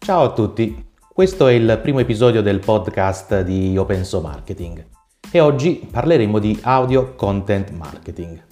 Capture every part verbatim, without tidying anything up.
Ciao a tutti, questo è il primo episodio del podcast di Openso Marketing e oggi parleremo di audio content marketing.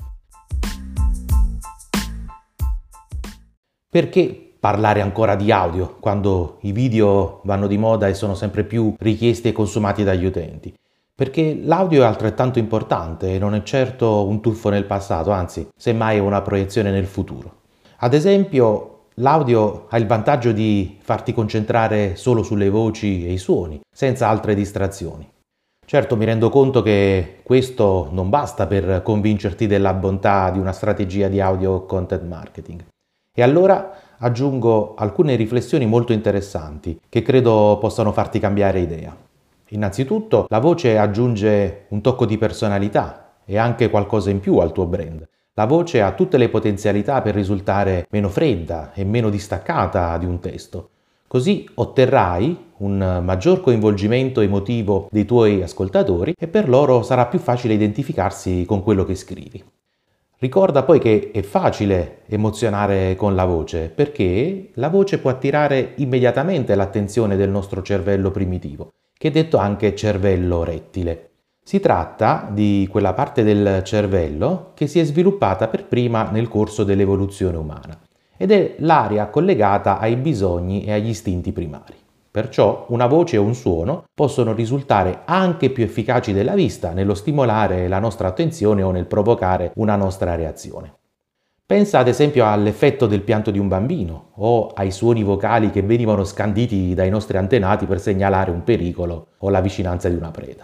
Perché parlare ancora di audio quando i video vanno di moda e sono sempre più richiesti e consumati dagli utenti? Perché l'audio è altrettanto importante e non è certo un tuffo nel passato, anzi, semmai è una proiezione nel futuro. Ad esempio, l'audio ha il vantaggio di farti concentrare solo sulle voci e i suoni, senza altre distrazioni. Certo, mi rendo conto che questo non basta per convincerti della bontà di una strategia di audio content marketing. E allora aggiungo alcune riflessioni molto interessanti che credo possano farti cambiare idea. Innanzitutto, la voce aggiunge un tocco di personalità e anche qualcosa in più al tuo brand. La voce ha tutte le potenzialità per risultare meno fredda e meno distaccata di un testo. Così otterrai un maggior coinvolgimento emotivo dei tuoi ascoltatori e per loro sarà più facile identificarsi con quello che scrivi. Ricorda poi che è facile emozionare con la voce perché la voce può attirare immediatamente l'attenzione del nostro cervello primitivo, che è detto anche cervello rettile. Si tratta di quella parte del cervello che si è sviluppata per prima nel corso dell'evoluzione umana ed è l'area collegata ai bisogni e agli istinti primari. Perciò una voce o un suono possono risultare anche più efficaci della vista nello stimolare la nostra attenzione o nel provocare una nostra reazione. Pensa ad esempio all'effetto del pianto di un bambino o ai suoni vocali che venivano scanditi dai nostri antenati per segnalare un pericolo o la vicinanza di una preda.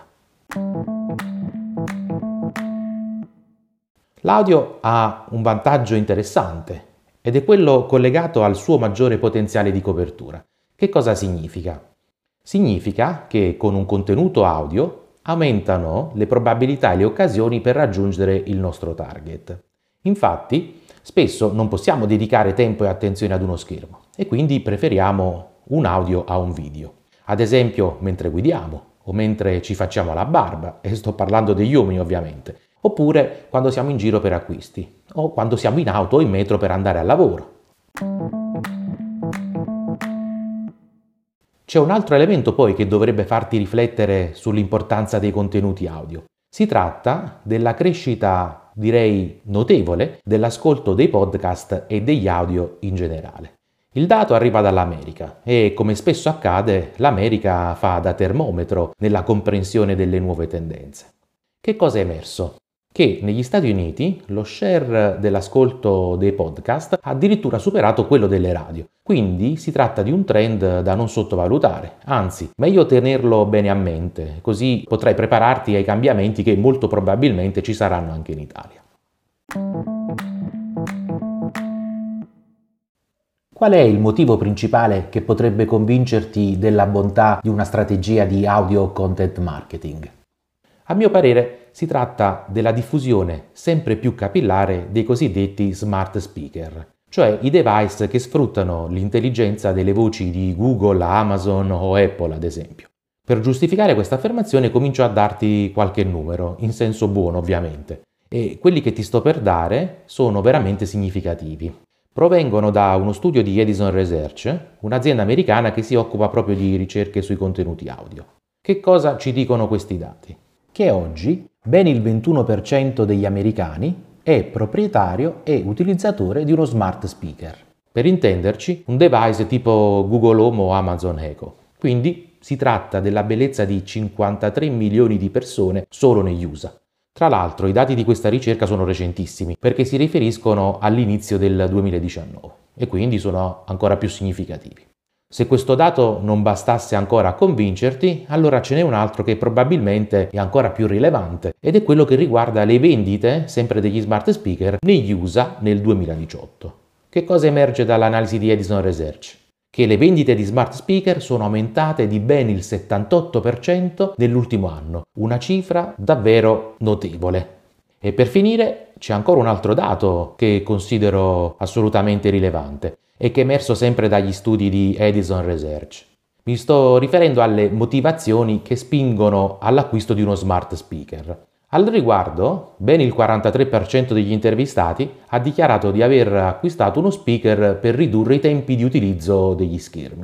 L'audio ha un vantaggio interessante ed è quello collegato al suo maggiore potenziale di copertura. Che cosa significa? Significa che con un contenuto audio aumentano le probabilità e le occasioni per raggiungere il nostro target. Infatti, spesso non possiamo dedicare tempo e attenzione ad uno schermo e quindi preferiamo un audio a un video. Ad esempio, mentre guidiamo o mentre ci facciamo la barba, e sto parlando degli uomini ovviamente, oppure quando siamo in giro per acquisti, o quando siamo in auto o in metro per andare al lavoro. C'è un altro elemento poi che dovrebbe farti riflettere sull'importanza dei contenuti audio. Si tratta della crescita, direi notevole, dell'ascolto dei podcast e degli audio in generale. Il dato arriva dall'America e, come spesso accade, l'America fa da termometro nella comprensione delle nuove tendenze. Che cosa è emerso? Che negli Stati Uniti lo share dell'ascolto dei podcast ha addirittura superato quello delle radio. Quindi si tratta di un trend da non sottovalutare, anzi, meglio tenerlo bene a mente, così potrai prepararti ai cambiamenti che molto probabilmente ci saranno anche in Italia. Qual è il motivo principale che potrebbe convincerti della bontà di una strategia di audio content marketing? A mio parere si tratta della diffusione sempre più capillare dei cosiddetti smart speaker, cioè i device che sfruttano l'intelligenza delle voci di Google, Amazon o Apple ad esempio. Per giustificare questa affermazione comincio a darti qualche numero, in senso buono ovviamente, e quelli che ti sto per dare sono veramente significativi. Provengono da uno studio di Edison Research, un'azienda americana che si occupa proprio di ricerche sui contenuti audio. Che cosa ci dicono questi dati? Che oggi ben il ventuno per cento degli americani è proprietario e utilizzatore di uno smart speaker. Per intenderci, un device tipo Google Home o Amazon Echo. Quindi si tratta della bellezza di cinquantatré milioni di persone solo negli U S A. Tra l'altro i dati di questa ricerca sono recentissimi perché si riferiscono all'inizio del duemiladiciannove e quindi sono ancora più significativi. Se questo dato non bastasse ancora a convincerti, allora ce n'è un altro che probabilmente è ancora più rilevante ed è quello che riguarda le vendite, sempre degli smart speaker, negli U S A nel duemiladiciotto. Che cosa emerge dall'analisi di Edison Research? Che le vendite di smart speaker sono aumentate di ben il settantotto per cento nell'ultimo anno, una cifra davvero notevole. E per finire c'è ancora un altro dato che considero assolutamente rilevante e che è emerso sempre dagli studi di Edison Research. Mi sto riferendo alle motivazioni che spingono all'acquisto di uno smart speaker. Al riguardo, ben il quarantatré per cento degli intervistati ha dichiarato di aver acquistato uno speaker per ridurre i tempi di utilizzo degli schermi.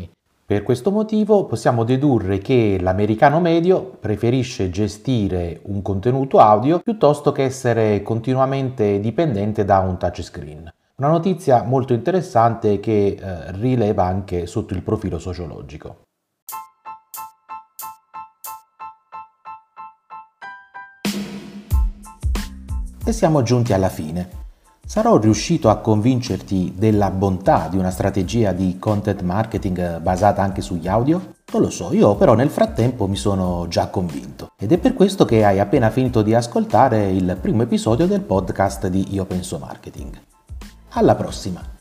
Per questo motivo possiamo dedurre che l'americano medio preferisce gestire un contenuto audio piuttosto che essere continuamente dipendente da un touchscreen. Una notizia molto interessante che eh, rileva anche sotto il profilo sociologico. E siamo giunti alla fine. Sarò riuscito a convincerti della bontà di una strategia di content marketing basata anche sugli audio? Non lo so, io però nel frattempo mi sono già convinto. Ed è per questo che hai appena finito di ascoltare il primo episodio del podcast di Io Penso Marketing. Alla prossima!